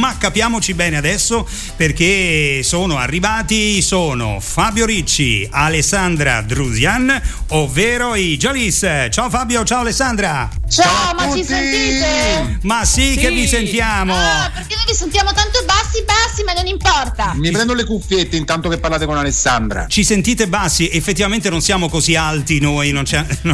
ma capiamoci bene adesso, perché sono Fabio Ricci, Alessandra Drusian, ovvero i Jalis. Ciao Fabio, ciao Alessandra. Ciao, ma ci sentite? Ma sì, che vi sentiamo. Perché noi vi sentiamo tanto bassi, ma non importa. Mi prendo le cuffiette intanto che parlate con Alessandra. Ci sentite bassi? Effettivamente non siamo così alti noi, io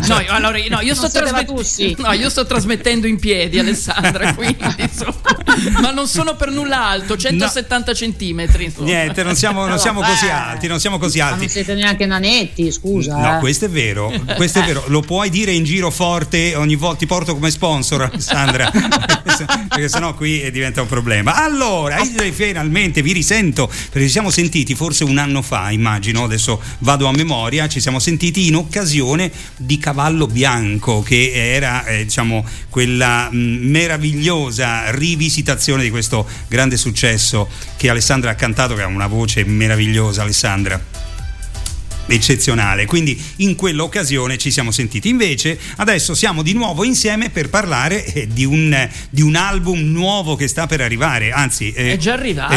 sto trasmettendo in piedi, Alessandra, quindi ma non sono per nulla alto, 170 centimetri. Insomma. Niente, non siamo così alti, non siamo così alti. Ma non siete neanche nanetti, scusa. No, questo è vero, lo puoi dire in giro forte, ogni volta ti porto come sponsor, Alessandra, perché sennò qui diventa un problema. Allora, finalmente vi risento, perché ci siamo sentiti forse un anno fa, immagino, adesso vado a memoria, ci siamo sentiti in occasione di Cavallo Bianco, che era quella meravigliosa rivisitazione di questo grande successo che Alessandra ha cantato, che ha una voce meravigliosa, Alessandra, eccezionale. Quindi in quell'occasione ci siamo sentiti. Invece adesso siamo di nuovo insieme per parlare di un album nuovo che sta per arrivare, anzi è già arrivato.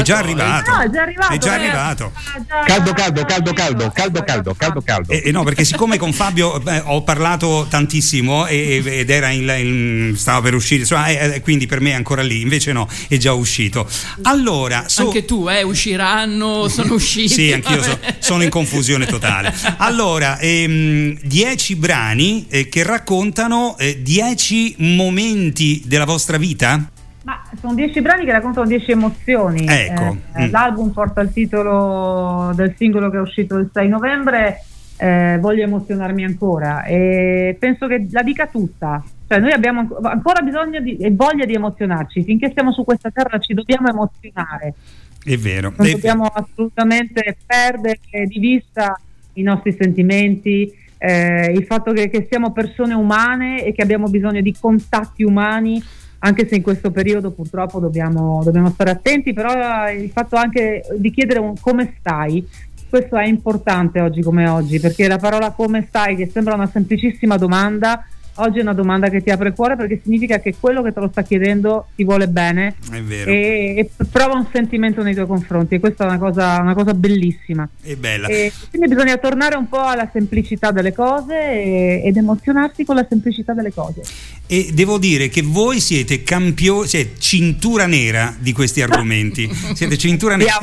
Caldo. No, perché siccome con Fabio ho parlato tantissimo ed era stava per uscire, quindi per me è ancora lì, invece no, è già uscito. Allora anche tu usciranno, sono usciti. Sì, anch'io sono in confusione totale. Allora, 10 brani che raccontano 10 momenti della vostra vita? Ma sono 10 brani che raccontano 10 emozioni. Ecco. L'album porta il titolo del singolo che è uscito il 6 novembre, Voglio emozionarmi ancora, e penso che la dica tutta. Cioè, noi abbiamo ancora bisogno e voglia di emozionarci. Finché siamo su questa terra ci dobbiamo emozionare. È vero. Non dobbiamo assolutamente perdere di vista i nostri sentimenti, il fatto che siamo persone umane e che abbiamo bisogno di contatti umani, anche se in questo periodo purtroppo dobbiamo stare attenti, però il fatto anche di chiedere un come stai, questo è importante oggi come oggi, perché la parola come stai, che sembra una semplicissima domanda, oggi è una domanda che ti apre il cuore, perché significa che quello che te lo sta chiedendo ti vuole bene. È vero. E prova un sentimento nei tuoi confronti, e questa è una cosa bellissima. È bella. E quindi bisogna tornare un po' alla semplicità delle cose ed emozionarsi con la semplicità delle cose. E devo dire che voi siete campioni, siete cintura nera di questi argomenti. Siete cintura nera.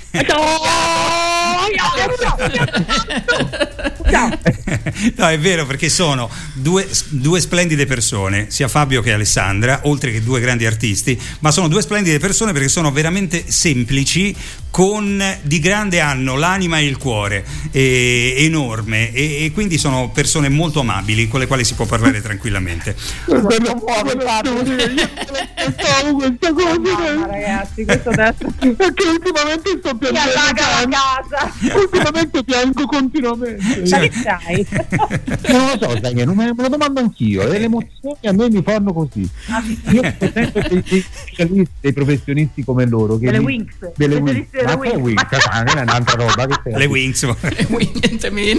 No, è vero, perché sono due splendide persone, sia Fabio che Alessandra, oltre che due grandi artisti, ma sono due splendide persone perché sono veramente semplici, di grande hanno l'anima e il cuore enorme, e quindi sono persone molto amabili con le quali si può parlare tranquillamente. Non devo dire, io pensavo questa cosa, ragazzi, questo adesso perché ultimamente sto piangendo casa. ultimamente piango continuamente. Che sai? Non lo so, sai che me lo domando anch'io, e le emozioni a me mi fanno così. Io ho sempre dei specialisti, dei professionisti come loro, che delle Wings, ma che Wings? È un'altra roba che le Wings, niente meno.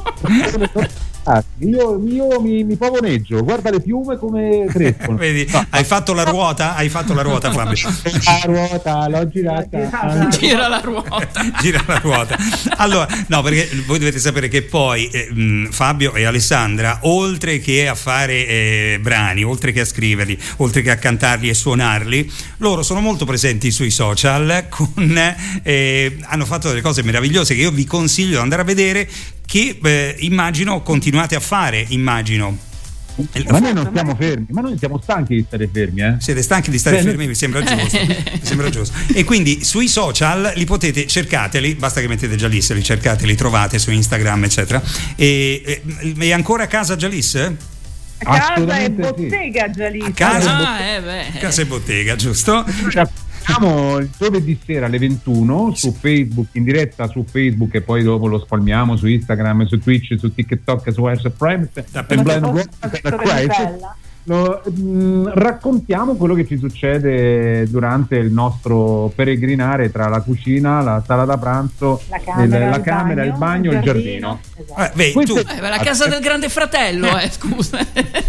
Io mi pavoneggio, guarda le piume come crescono. Vedi, hai fatto la ruota, Fabio. La ruota, l'ho girata. Gira la ruota. Allora, no, perché voi dovete sapere che poi Fabio e Alessandra, oltre che a fare brani, oltre che a scriverli, oltre che a cantarli e suonarli, loro sono molto presenti sui social hanno fatto delle cose meravigliose che io vi consiglio di andare a vedere, che immagino continuate a fare, immagino. Ma noi non stiamo fermi, ma noi siamo stanchi di stare fermi, Siete stanchi di stare fermi? Mi sembra giusto. E quindi sui social li potete, cercateli, basta che mettete Jalis, li cercate, li trovate su Instagram, eccetera. E è ancora a casa Jalis? Casa e bottega Jalis. Casa e bottega, giusto? Siamo il giovedì sera alle 21 su Facebook, in diretta su Facebook, e poi dopo lo spalmiamo su Instagram, su Twitch, su TikTok, su Prime. raccontiamo quello che ci succede durante il nostro peregrinare tra la cucina, la sala da pranzo, la camera, il bagno e il giardino. Esatto. La casa del grande fratello, scusa.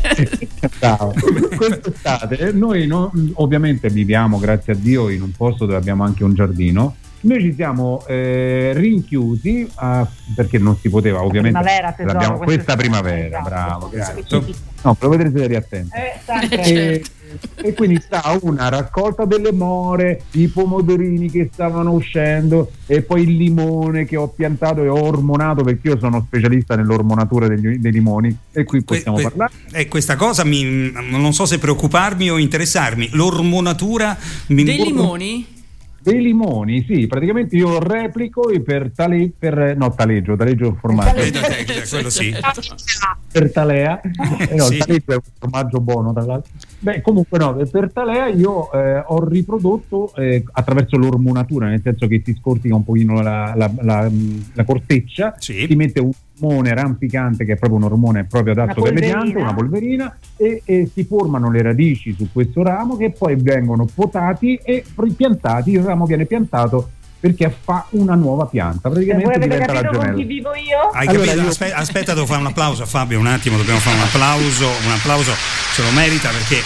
Quest'estate noi ovviamente viviamo, grazie a Dio, in un posto dove abbiamo anche un giardino. Noi ci siamo rinchiusi perché non si poteva, ovviamente. Questa primavera, bravo, grazie. No, per vedere se eri attento. E quindi sta una raccolta delle more, i pomodorini che stavano uscendo e poi il limone che ho piantato e ho ormonato, perché io sono specialista nell'ormonatura dei limoni, e qui possiamo parlare. E questa cosa non so se preoccuparmi o interessarmi. L'ormonatura dei limoni? Dei limoni, sì, praticamente io replico per taleggio formaggio. Quello sì. Per talea, sì. Il taleggio è un formaggio buono, tra l'altro. Comunque per talea io ho riprodotto attraverso l'ormonatura, nel senso che si scortica un pochino la corteccia, sì. Si mette un ormone rampicante che è proprio un ormone proprio adatto per le piante, una polverina, e si formano le radici su questo ramo che poi vengono potati e ripiantati. Il ramo viene piantato perché fa una nuova pianta, praticamente diventa la gemella. Con chi vivo io? Hai capito? Aspetta, devo fare un applauso a Fabio un attimo, dobbiamo fare un applauso se lo merita, perché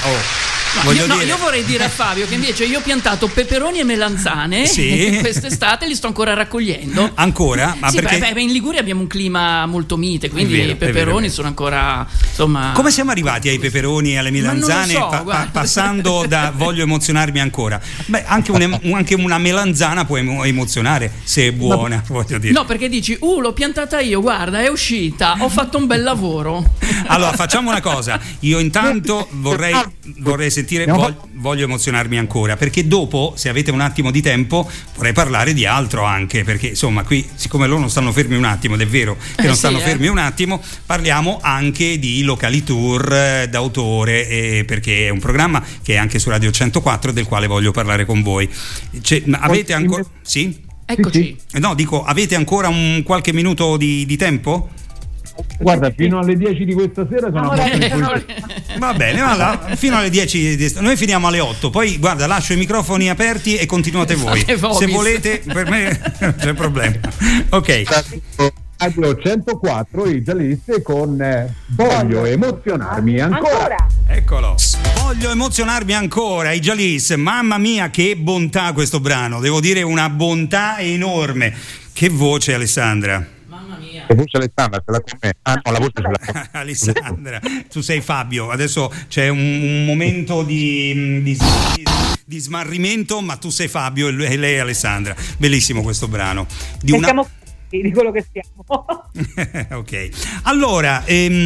io vorrei dire a Fabio che invece io ho piantato peperoni e melanzane, sì. Quest'estate li sto ancora raccogliendo. Ancora? Ma sì, perché? In Liguria abbiamo un clima molto mite, quindi i peperoni sono ancora, insomma. Come siamo arrivati ai peperoni e alle melanzane, passando da voglio emozionarmi ancora? Anche una melanzana può emozionare se è buona, voglio dire. No, perché dici l'ho piantata io, guarda, è uscita, ho fatto un bel lavoro. Allora facciamo una cosa, io intanto vorrei sentire voglio emozionarmi ancora, perché dopo, se avete un attimo di tempo, vorrei parlare di altro anche, perché insomma qui, siccome loro non stanno fermi un attimo, ed è vero che non stanno fermi un attimo, parliamo anche di locali tour d'autore, perché è un programma che è anche su Radio 104, del quale voglio parlare con voi. Avete ancora... Sì? Eccoci. No, dico, avete ancora un qualche minuto di tempo? Guarda, fino alle 10 di questa sera sono va bene, fino alle 10 noi finiamo alle 8, poi guarda, lascio i microfoni aperti e continuate voi se volete, per me non c'è problema. Ok, Radio 104, i Jalis con Voglio emozionarmi ancora. Eccolo, voglio emozionarmi ancora, i Jalis. Mamma mia, che bontà questo brano, devo dire, una bontà enorme. Che voce, Alessandra. La voce Alessandra ce l'ha con me. No, la voce ce l'ha con me. Alessandra, tu sei Fabio. Adesso c'è un momento di smarrimento, ma tu sei Fabio e lei è Alessandra. Bellissimo questo brano. Di quello che siamo. Ok, allora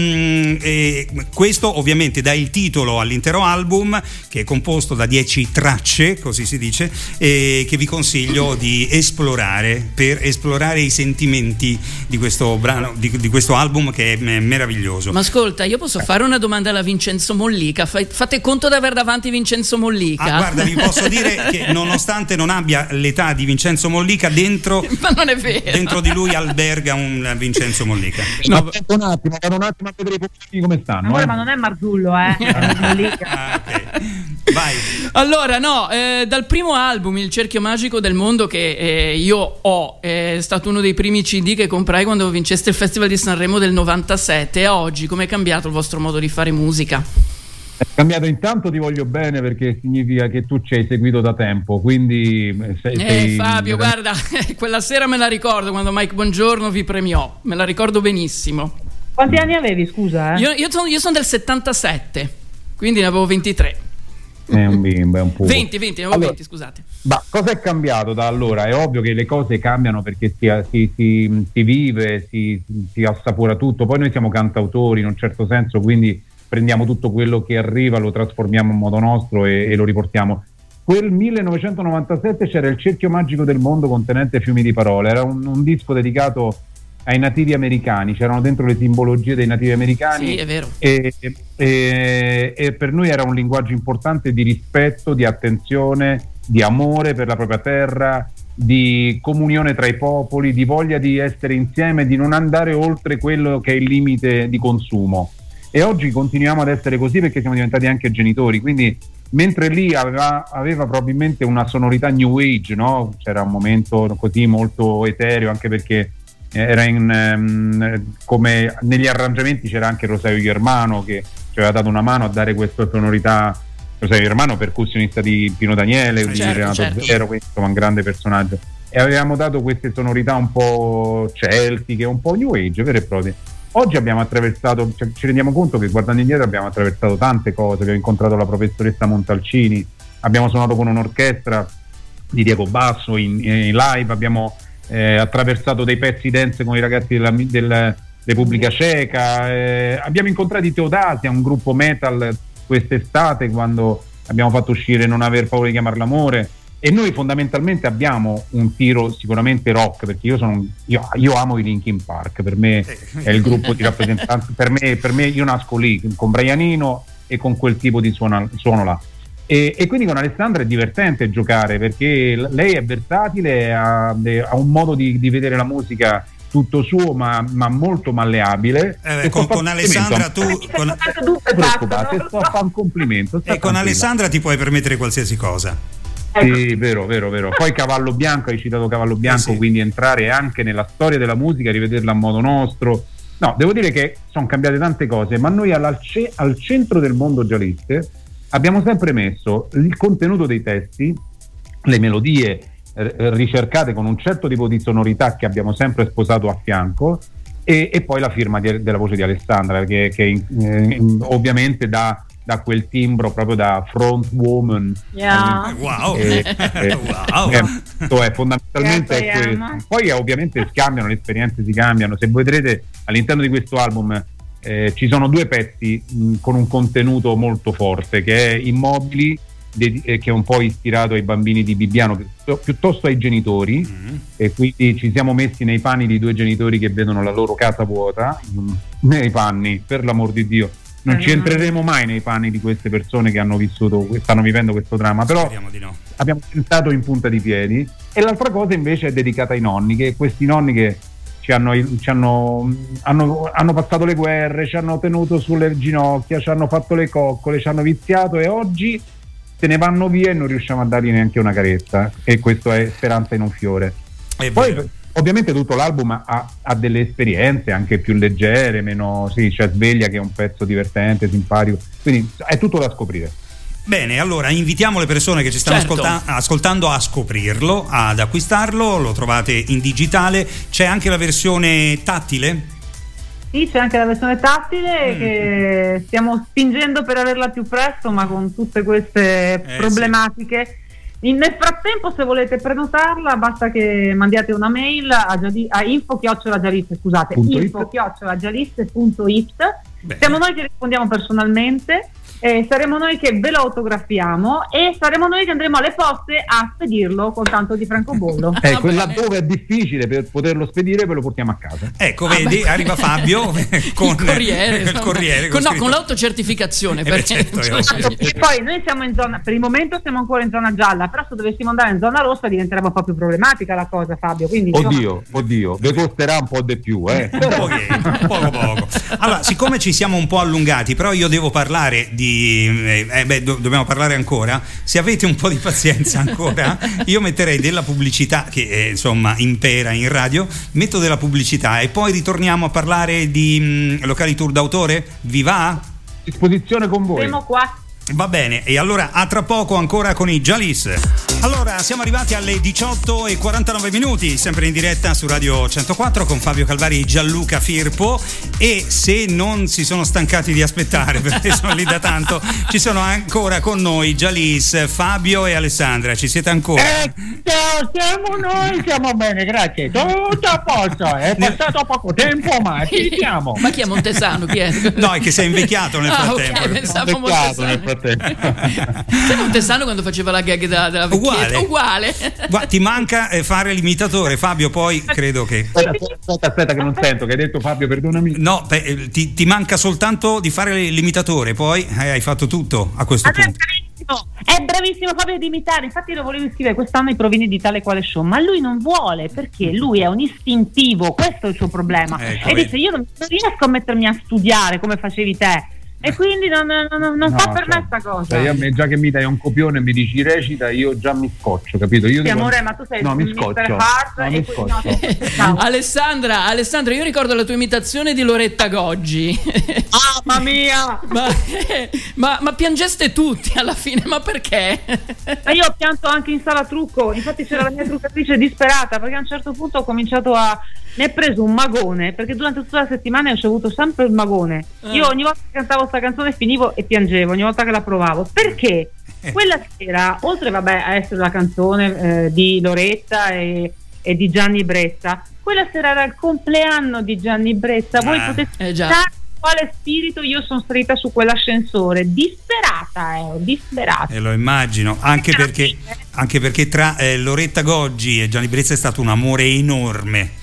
questo ovviamente dà il titolo all'intero album, che è composto da 10 tracce, così si dice, che vi consiglio di esplorare, per esplorare i sentimenti di questo brano, di questo album, che è meraviglioso. Ma ascolta, io posso fare una domanda alla Vincenzo Mollica? Fate conto di aver davanti Vincenzo Mollica? Guarda, vi posso dire che nonostante non abbia l'età di Vincenzo Mollica, dentro ma non è vero, dentro di lui alberga un Vincenzo Mollica. No, vado un attimo a vedere i pochini come stanno. Ma non è Marzullo, Mollica. Okay. Vai. Allora, dal primo album, Il cerchio magico del mondo, che io ho, è stato uno dei primi CD che comprai quando vinceste il Festival di Sanremo del 97. E oggi com'è cambiato il vostro modo di fare musica? È cambiato, intanto ti voglio bene, perché significa che tu ci hai seguito da tempo, quindi sei Fabio, guarda, quella sera me la ricordo quando Mike Bongiorno vi premiò, me la ricordo benissimo. Quanti anni avevi, scusa? Io sono del 77, quindi ne avevo 23. È un bimbo, è un po'. 20, ne avevo 20, scusate. Ma cosa è cambiato da allora? È ovvio che le cose cambiano, perché si vive, si assapora tutto. Poi noi siamo cantautori in un certo senso, quindi prendiamo tutto quello che arriva, lo trasformiamo in modo nostro e lo riportiamo. Quel 1997 c'era Il cerchio magico del mondo contenente fiumi di parole, era un disco dedicato ai nativi americani, c'erano dentro le simbologie dei nativi americani. Sì, è vero. E per noi era un linguaggio importante di rispetto, di attenzione, di amore per la propria terra, di comunione tra i popoli, di voglia di essere insieme, di non andare oltre quello che è il limite di consumo. e oggi continuiamo ad essere così perché siamo diventati anche genitori, quindi mentre lì aveva probabilmente una sonorità new age, no? C'era un momento così molto etereo, anche perché era come negli arrangiamenti c'era anche Rosario Germano che ci aveva dato una mano a dare questa sonorità. Rosario Germano, percussionista di Pino Daniele, di Renato Zero, quindi insomma un grande personaggio, e avevamo dato queste sonorità un po' celtiche, un po' new age, vere e proprie. Oggi abbiamo attraversato, ci rendiamo conto che guardando indietro abbiamo attraversato tante cose, abbiamo incontrato la professoressa Montalcini, abbiamo suonato con un'orchestra di Diego Basso in live, abbiamo attraversato dei pezzi dance con i ragazzi della Repubblica Ceca, abbiamo incontrato i Teodasia, un gruppo metal quest'estate quando abbiamo fatto uscire Non aver paura di chiamar l'amore, e noi fondamentalmente abbiamo un tiro sicuramente rock, perché io amo i Linkin Park, per me è il gruppo di rappresentanti, per me io nasco lì con Brianino e con quel tipo di suono là, e quindi con Alessandra è divertente giocare perché lei è versatile, ha un modo di vedere la musica tutto suo ma molto malleabile, con Alessandra tu sto a fare un complimento, e con Alessandra ti puoi permettere qualsiasi cosa. Sì, vero. Poi Cavallo Bianco, hai citato Cavallo Bianco, sì. Quindi entrare anche nella storia della musica, rivederla a modo nostro. No, devo dire che sono cambiate tante cose, ma noi al centro del mondo gialliste abbiamo sempre messo il contenuto dei testi, le melodie ricercate con un certo tipo di sonorità che abbiamo sempre sposato a fianco, e poi la firma della voce di Alessandra che ovviamente dà quel timbro proprio da front woman. Wow. Fondamentalmente è questo. Poi ovviamente scambiano, le esperienze si cambiano. Se voi vedrete all'interno di questo album ci sono 2 pezzi con un contenuto molto forte, che è Immobili, che è un po' ispirato ai bambini di Bibbiano, piuttosto ai genitori, e quindi ci siamo messi nei panni di 2 genitori che vedono la loro casa vuota, nei panni, per l'amor di Dio. Non ci entreremo mai nei panni di queste persone che stanno vivendo questo dramma, però di no. Abbiamo tentato in punta di piedi. E l'altra cosa invece è dedicata ai nonni, che questi nonni che hanno passato le guerre, ci hanno tenuto sulle ginocchia, ci hanno fatto le coccole, ci hanno viziato, e oggi se ne vanno via e non riusciamo a dargli neanche una carezza, e questo è Speranza in un fiore. Poi ovviamente tutto l'album ha delle esperienze anche più leggere, meno, sì, c'è Sveglia che è un pezzo divertente, simpatico, quindi è tutto da scoprire. Bene, allora invitiamo le persone che ci stanno ascoltando a scoprirlo, ad acquistarlo, lo trovate in digitale. C'è anche la versione tattile? Sì, c'è anche la versione tattile che stiamo spingendo per averla più presto, ma con tutte queste problematiche. Sì. Nel frattempo, se volete prenotarla, basta che mandiate una mail a info@gialiste.it. Siamo noi che rispondiamo personalmente, saremo noi che ve lo autografiamo, e saremo noi che andremo alle poste a spedirlo con tanto di francobollo. Ecco, laddove è difficile per poterlo spedire, ve lo portiamo a casa. Ecco, vedi, arriva Fabio con il corriere, con l'autocertificazione. Certo, e poi noi siamo in zona, per il momento siamo ancora in zona gialla, però se dovessimo andare in zona rossa diventerebbe un po' più problematica la cosa, Fabio. Quindi, oddio, vi costerà un po' di più, poco. Allora, siccome ci siamo un po' allungati, però io devo parlare dobbiamo parlare ancora. Se avete un po' di pazienza ancora, io metterei della pubblicità che insomma impera in radio, metto della pubblicità e poi ritorniamo a parlare di locali tour d'autore. Vi va? Disposizione con voi. Siamo qua. Va bene, e allora a tra poco ancora con i Jalis. Allora, siamo arrivati alle 18:49, sempre in diretta su Radio 104 con Fabio Calvari e Gianluca Firpo, e se non si sono stancati di aspettare, perché sono lì da tanto, ci sono ancora con noi Jalis, Fabio e Alessandra. Ci siete ancora? Siamo noi, siamo bene, grazie. Tutto a posto, è passato poco tempo, ma ci siamo. Ma chi è Montesano? Chi è? No, è che sei invecchiato nel frattempo. Okay, pensavo Montesano. Sei Montesano quando faceva la gag della vecchietta, uguale. Ti manca fare l'imitatore, Fabio, poi credo che aspetta che non sento, che hai detto Fabio, perdonami. No, ti manca soltanto di fare l'imitatore, poi hai fatto tutto a questo punto. è bravissimo Fabio ad imitare, infatti lo volevo iscrivere quest'anno ai provini di Tale Quale Show, ma lui non vuole, perché lui è un istintivo, questo è il suo problema, e dice io non riesco a mettermi a studiare come facevi te, e quindi non fa per me sta cosa. Già che mi dai un copione e mi dici recita, io già mi scoccio, capito? Sì, amore, ma tu sei mi scoccio. Alessandra, io ricordo la tua imitazione di Loretta Goggi. Mamma mia! ma piangeste tutti alla fine, ma perché? Ma io ho pianto anche in sala trucco, infatti c'era la mia truccatrice disperata, perché a un certo punto ho cominciato ne ho preso un magone, perché durante tutta la settimana ho ricevuto sempre il magone. Io ogni volta che cantavo sta canzone finivo e piangevo ogni volta che la provavo, perché quella sera, oltre a essere la canzone di Loretta e di Gianni Brezza, quella sera era il compleanno di Gianni Brezza. Voi potete pensare quale spirito io sono salita su quell'ascensore, disperata. E lo immagino, anche perché tra Loretta Goggi e Gianni Brezza è stato un amore enorme.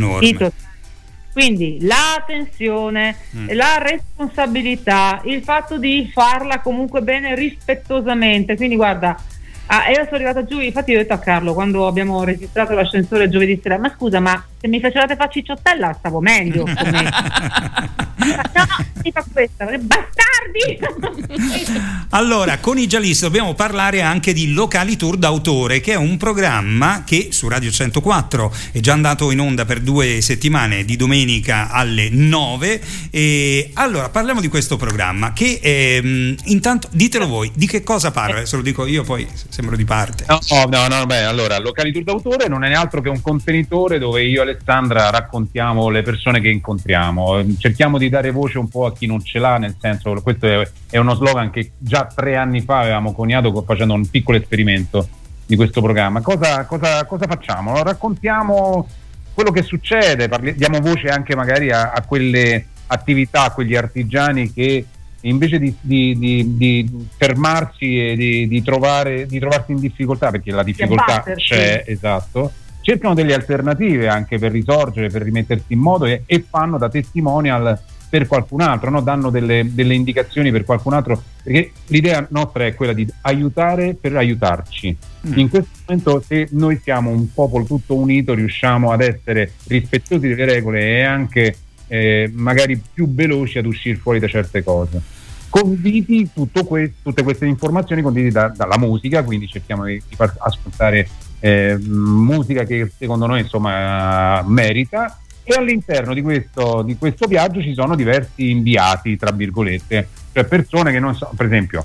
Quindi la tensione, la responsabilità, il fatto di farla comunque bene, rispettosamente. Quindi guarda, io sono arrivata giù, infatti io ho detto a Carlo quando abbiamo registrato l'ascensore giovedì sera, ma scusa, ma se mi facevate fare cicciottella stavo meglio. No, mi fa questa, bastardi. Allora, con i Giallisti dobbiamo parlare anche di Locali Tour d'autore, che è un programma che su Radio 104 è già andato in onda per 2 settimane, di domenica alle 9. E allora parliamo di questo programma che intanto ditelo voi, di che cosa parla? Se lo dico io poi sembro di parte. Allora, Locali Tour d'autore non è altro che un contenitore dove io e Alessandra raccontiamo le persone che incontriamo, cerchiamo di dare voce un po' a chi non ce l'ha, nel senso, questo è uno slogan che già 3 anni fa avevamo coniato facendo un piccolo esperimento di questo programma. Cosa facciamo? Raccontiamo quello che succede, diamo voce anche magari a quelle attività, a quegli artigiani che invece di fermarsi e di trovarsi in difficoltà, perché la difficoltà c'è, esatto, cercano delle alternative anche per risorgere, per rimettersi in moto e fanno da testimonial per qualcun altro, no? Danno delle indicazioni per qualcun altro, perché l'idea nostra è quella di aiutare per aiutarci. In questo momento, se noi siamo un popolo tutto unito, riusciamo ad essere rispettosi delle regole e anche magari più veloci ad uscire fuori da certe cose. Conditi tutte queste informazioni conditi dalla musica, quindi cerchiamo di far ascoltare musica che secondo noi insomma merita, e all'interno di questo viaggio ci sono diversi inviati, tra virgolette, cioè persone che non so, per esempio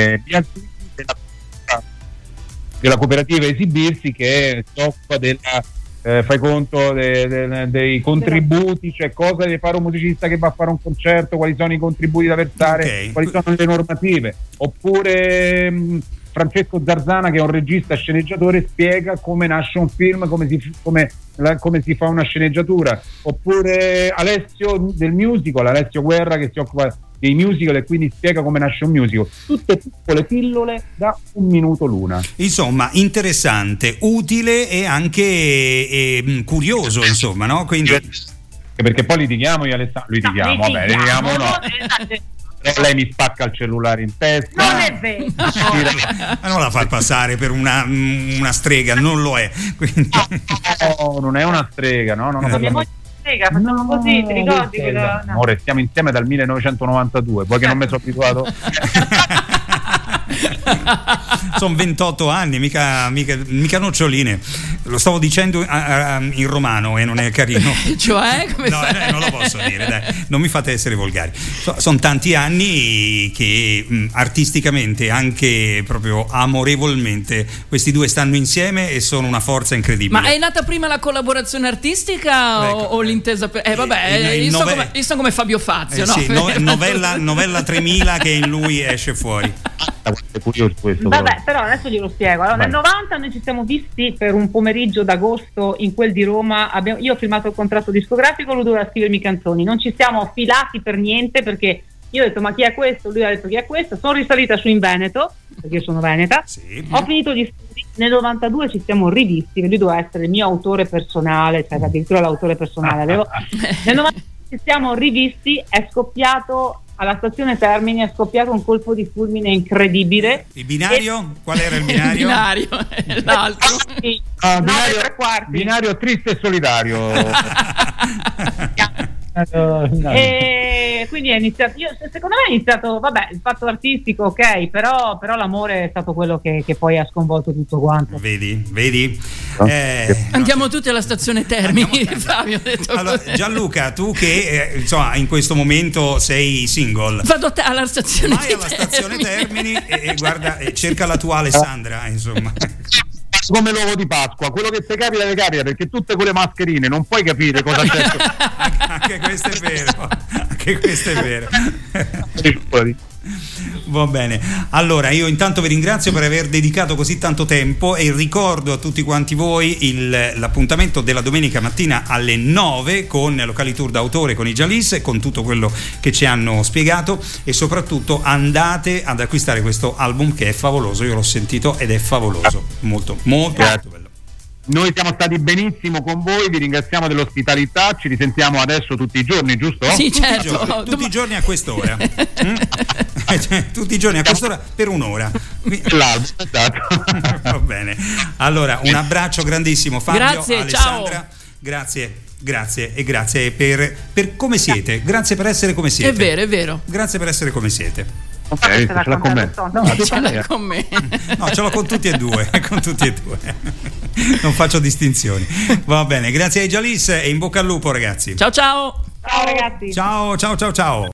della cooperativa Esibirsi, che si occupa della fai conto dei contributi, cioè cosa deve fare un musicista che va a fare un concerto, quali sono i contributi da versare, quali sono le normative. Oppure Francesco Zarzana, che è un regista sceneggiatore, spiega come nasce un film, come si fa una sceneggiatura. Oppure Alessio del musical, Alessio Guerra, che si occupa dei musical e quindi spiega come nasce un musical. Tutte piccole pillole da 1 minuto l'una. Insomma, interessante, utile e anche curioso, insomma, no? Quindi perché poi litighiamo io e Alessandro, litighiamo no. Però lei mi spacca il cellulare in testa. Non è vero. Non la fa passare per una strega, non lo è. Quindi... No, non è una strega, no. Facciamo così, ti ricordi? Amore, stiamo insieme dal 1992, poi che non mi sono abituato. Sono 28 anni, mica noccioline. Lo stavo dicendo in romano e non è carino. Cioè? Non lo posso dire, dai. Non mi fate essere volgari. Sono tanti anni che artisticamente, anche proprio amorevolmente, questi due stanno insieme e sono una forza incredibile. Ma è nata prima la collaborazione artistica o l'intesa? Io sono come Fabio Fazio, no? Sì, novella 3000 che in lui esce fuori. Vabbè, però adesso glielo spiego. Allora, nel 90 noi ci siamo visti per un pomeriggio d'agosto in quel di Roma. Io ho firmato il contratto discografico, lui doveva scrivermi canzoni. Non ci siamo filati per niente, perché io ho detto ma chi è questo? Lui ha detto chi è questo? Sono risalita su in Veneto, perché io sono veneta. Sì. Ho finito gli studi. Nel 92 ci siamo rivisti, lui doveva essere il mio autore personale, cioè addirittura l'autore personale avevo. Nel 92 ci siamo rivisti, è scoppiato alla stazione Termini è scoppiato un colpo di fulmine incredibile. Il binario? Qual era il binario? Il binario, l'altro. Binario triste e solitario. E quindi è iniziato, secondo me è iniziato, vabbè, il fatto artistico, ok, però l'amore è stato quello che poi ha sconvolto tutto quanto. Vedi? Andiamo tutti alla stazione Termini. Fabio ha detto allora, Gianluca, tu che insomma in questo momento sei single, vado alla stazione vai alla stazione Termini e guarda, cerca la tua Alessandra, insomma. Come l'uovo di Pasqua, quello che ti capita perché tutte quelle mascherine non puoi capire cosa c'è. Anche questo è vero. Va bene, allora io intanto vi ringrazio per aver dedicato così tanto tempo e ricordo a tutti quanti voi l'appuntamento della domenica mattina alle 9 con Locali Tour d'autore con i Jalis, con tutto quello che ci hanno spiegato, e soprattutto andate ad acquistare questo album che è favoloso, io l'ho sentito ed è favoloso, molto bello. Noi siamo stati benissimo con voi, vi ringraziamo dell'ospitalità, ci risentiamo adesso tutti i giorni, giusto? Sì, certo. Tutti i giorni a quest'ora. Tutti i giorni a quest'ora per un'ora. Va bene. Allora, un abbraccio grandissimo Fabio, grazie, Alessandra. Ciao. Grazie per come siete. Grazie per essere come siete. È vero. Grazie per essere come siete. Ce l'ha con me. Ce l'ha con me. No, ce l'ho con tutti e due. Non faccio distinzioni. Va bene, grazie ai Jalis e in bocca al lupo, ragazzi. Ciao ragazzi. Ciao.